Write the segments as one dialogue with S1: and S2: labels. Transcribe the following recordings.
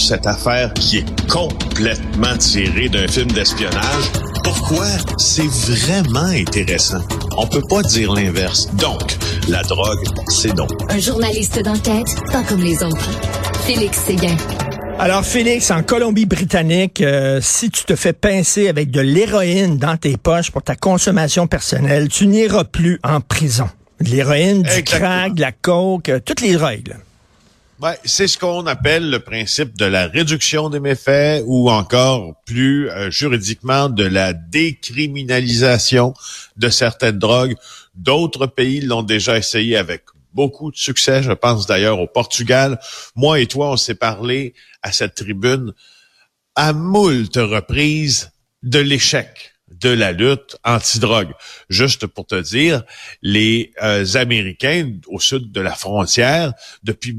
S1: cette affaire qui est complètement tirée d'un film d'espionnage. Pourquoi? C'est vraiment intéressant. On peut pas dire l'inverse. Donc, la drogue, c'est donc.
S2: Un journaliste d'enquête, pas comme les autres. Félix Séguin.
S3: Alors, Félix, en Colombie-Britannique, si tu te fais pincer avec de l'héroïne dans tes poches pour ta consommation personnelle, tu n'iras plus en prison. De l'héroïne, du crack, de la coke, toutes les drogues.
S1: Ben, c'est ce qu'on appelle le principe de la réduction des méfaits ou encore plus juridiquement de la décriminalisation de certaines drogues. D'autres pays l'ont déjà essayé avec beaucoup de succès. Je pense d'ailleurs au Portugal. Moi et toi, on s'est parlé à cette tribune à moult reprises de l'échec de la lutte anti-drogue. Juste pour te dire, les Américains au sud de la frontière, depuis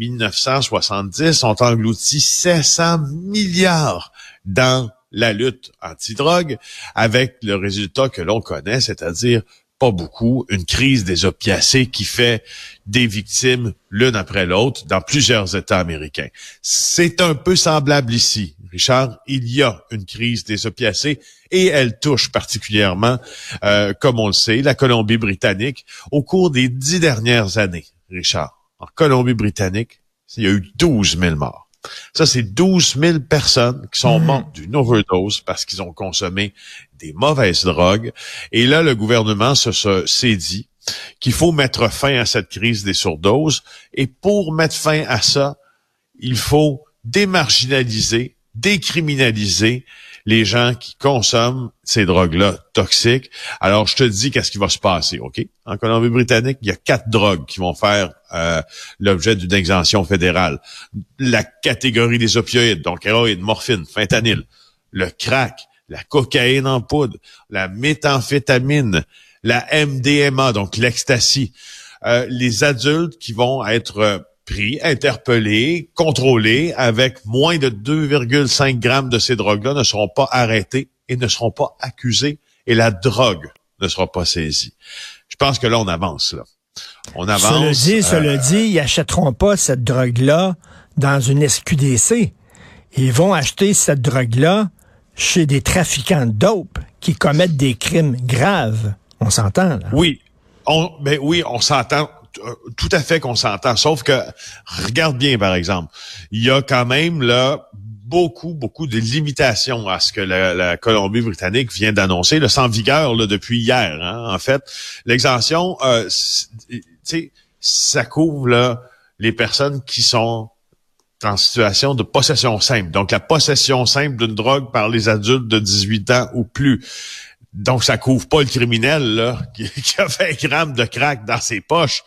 S1: 1970, ont englouti 700 milliards dans la lutte anti-drogue, avec le résultat que l'on connaît, c'est-à-dire pas beaucoup, une crise des opiacés qui fait des victimes l'une après l'autre dans plusieurs États américains. C'est un peu semblable ici, Richard. Il y a une crise des opiacés et elle touche particulièrement, comme on le sait, la Colombie-Britannique au cours des 10 dernières années, Richard. En Colombie-Britannique, il y a eu 12 000 morts. Ça, c'est 12 000 personnes qui sont mortes d'une overdose parce qu'ils ont consommé des mauvaises drogues. Et là, le gouvernement s'est dit qu'il faut mettre fin à cette crise des surdoses. Et pour mettre fin à ça, il faut démarginaliser, décriminaliser les gens qui consomment ces drogues-là toxiques. Alors, je te dis qu'est-ce qui va se passer, OK? En Colombie-Britannique, il y a 4 drogues qui vont faire l'objet d'une exemption fédérale. La catégorie des opioïdes, donc héroïne, morphine, fentanyl, le crack, la cocaïne en poudre, la méthamphétamine, la MDMA, donc l'ecstasy. Les adultes qui vont être pris, interpellés, contrôlés avec moins de 2,5 grammes de ces drogues-là ne seront pas arrêtés et ne seront pas accusés et la drogue ne sera pas saisie. Je pense que là, on avance, là. On avance.
S3: Cela dit, ils achèteront pas cette drogue-là dans une SQDC. Ils vont acheter cette drogue-là chez des trafiquants de dope qui commettent des crimes graves. On s'entend, là?
S1: Oui. On s'entend. Tout à fait qu'on s'entend. Sauf que, regarde bien, par exemple, il y a quand même, là, beaucoup de limitations à ce que la Colombie-Britannique vient d'annoncer. C'est en vigueur là, depuis hier. Hein, en fait, l'exemption, tu sais, ça couvre là les personnes qui sont en situation de possession simple. Donc, la possession simple d'une drogue par les adultes de 18 ans ou plus. Donc, ça couvre pas le criminel là qui a 20 grammes de crack dans ses poches.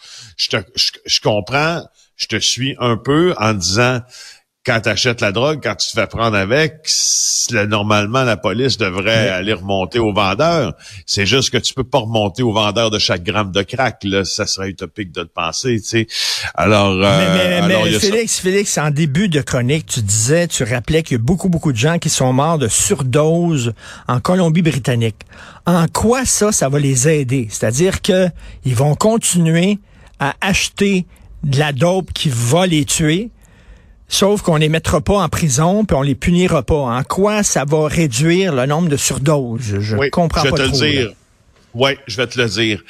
S1: Je comprends, je te suis un peu en disant... Quand tu achètes la drogue, quand tu te fais prendre avec, normalement, la police devrait aller remonter au vendeur. C'est juste que tu peux pas remonter au vendeur de chaque gramme de crack. Là, ça serait utopique de le penser, tu sais. Alors,
S3: mais Félix, en début de chronique, tu rappelais qu'il y a beaucoup de gens qui sont morts de surdose en Colombie-Britannique. En quoi ça va les aider? C'est-à-dire que ils vont continuer à acheter de la dope qui va les tuer, sauf qu'on les mettra pas en prison, puis on les punira pas. En quoi ça va réduire le nombre de surdoses? Je comprends pas trop.
S1: Oui, je vais te le dire.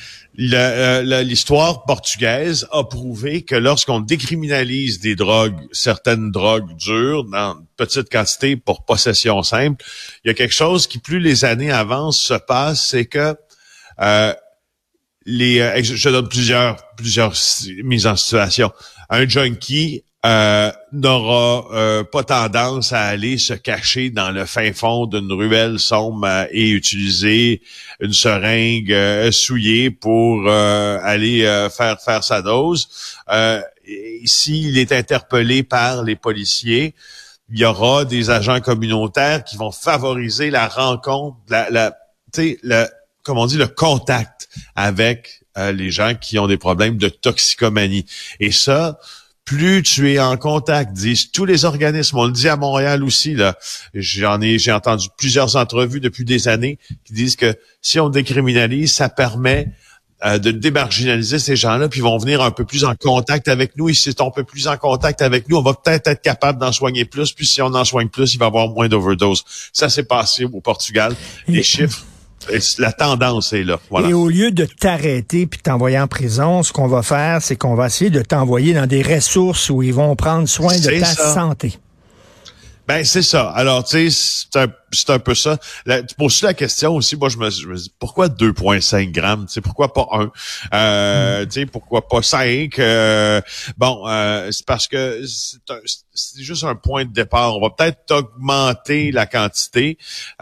S1: L'histoire portugaise a prouvé que lorsqu'on décriminalise des drogues, certaines drogues dures, dans petite quantité pour possession simple, il y a quelque chose qui, plus les années avancent, se passe, c'est que je donne plusieurs mises en situation. Un junkie n'aura pas tendance à aller se cacher dans le fin fond d'une ruelle sombre et utiliser une seringue souillée pour aller faire sa dose. S'il est interpellé par les policiers, il y aura des agents communautaires qui vont favoriser la rencontre, comme on dit, le contact avec les gens qui ont des problèmes de toxicomanie. Et ça, plus tu es en contact, disent tous les organismes, on le dit à Montréal aussi, là. J'ai entendu plusieurs entrevues depuis des années qui disent que si on décriminalise, ça permet de démarginaliser ces gens-là, puis ils vont venir un peu plus en contact avec nous. Et si on peut plus en contact avec nous, on va peut-être être capable d'en soigner plus. Puis si on en soigne plus, il va y avoir moins d'overdose. Ça s'est passé au Portugal. Les chiffres, la tendance est là. Voilà.
S3: Et au lieu de t'arrêter puis de t'envoyer en prison, ce qu'on va faire, c'est qu'on va essayer de t'envoyer dans des ressources où ils vont prendre soin de ta santé.
S1: Ben, c'est ça. Alors, tu sais, c'est un peu ça. Tu poses la question aussi, moi, je me dis, pourquoi 2,5 grammes? Tu sais, pourquoi pas 1? Tu sais, pourquoi pas 5? C'est parce que c'est juste un point de départ. On va peut-être augmenter la quantité.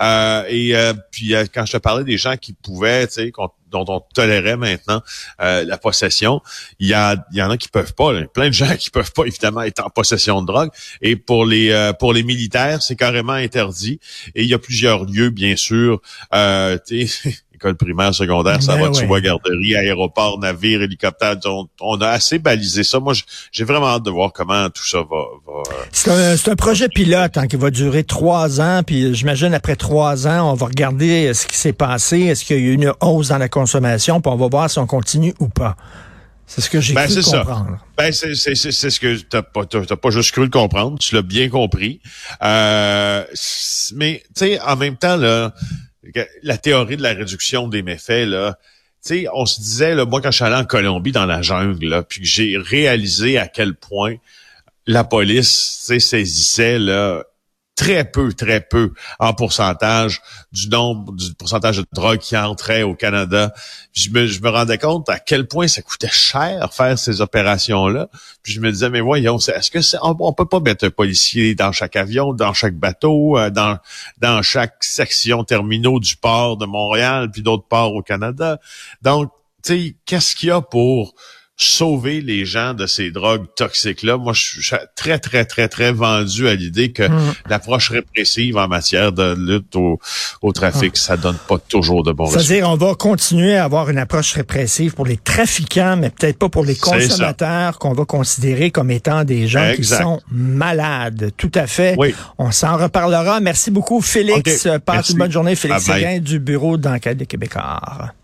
S1: Puis, quand je te parlais des gens qui pouvaient, tu sais, dont on tolérait maintenant la possession, il y en a qui peuvent pas. Là. Plein de gens qui peuvent pas, évidemment, être en possession de drogue. Et pour les militaires, c'est carrément interdit. Et il y a plusieurs lieux, bien sûr. École primaire, secondaire, ça va, tu vois, garderie, aéroport, navire, hélicoptère. On a assez balisé ça. Moi, j'ai vraiment hâte de voir comment tout ça va.
S3: C'est un projet pilote qui va durer 3 ans. Puis j'imagine après 3 ans, on va regarder ce qui s'est passé. Est-ce qu'il y a eu une hausse dans la consommation? Puis on va voir si on continue ou pas. C'est ce que j'ai cru comprendre.
S1: Ben, c'est ce que t'as pas juste cru le comprendre. Tu l'as bien compris. Mais, tu sais, en même temps, là, la théorie de la réduction des méfaits, là, tu sais, on se disait, là, moi, quand je suis allé en Colombie, dans la jungle, là, puis que j'ai réalisé à quel point la police, tu sais, saisissait, là, très peu en pourcentage du pourcentage de drogue qui entrait au Canada. Puis je me rendais compte à quel point ça coûtait cher faire ces opérations-là. Puis je me disais, mais voyons, on peut pas mettre un policier dans chaque avion, dans chaque bateau, dans chaque section terminaux du port de Montréal, puis d'autres ports au Canada. Donc, tu sais, qu'est-ce qu'il y a pour sauver les gens de ces drogues toxiques-là? Moi, je suis très, très, très, très vendu à l'idée que l'approche répressive en matière de lutte au trafic, ça donne pas toujours de bons résultats.
S3: C'est-à-dire, on va continuer à avoir une approche répressive pour les trafiquants, mais peut-être pas pour les consommateurs qu'on va considérer comme étant des gens qui sont malades. Tout à fait. Oui. On s'en reparlera. Merci beaucoup, Félix. Passe une bonne journée. Félix Séguin du Bureau d'enquête de Québécois.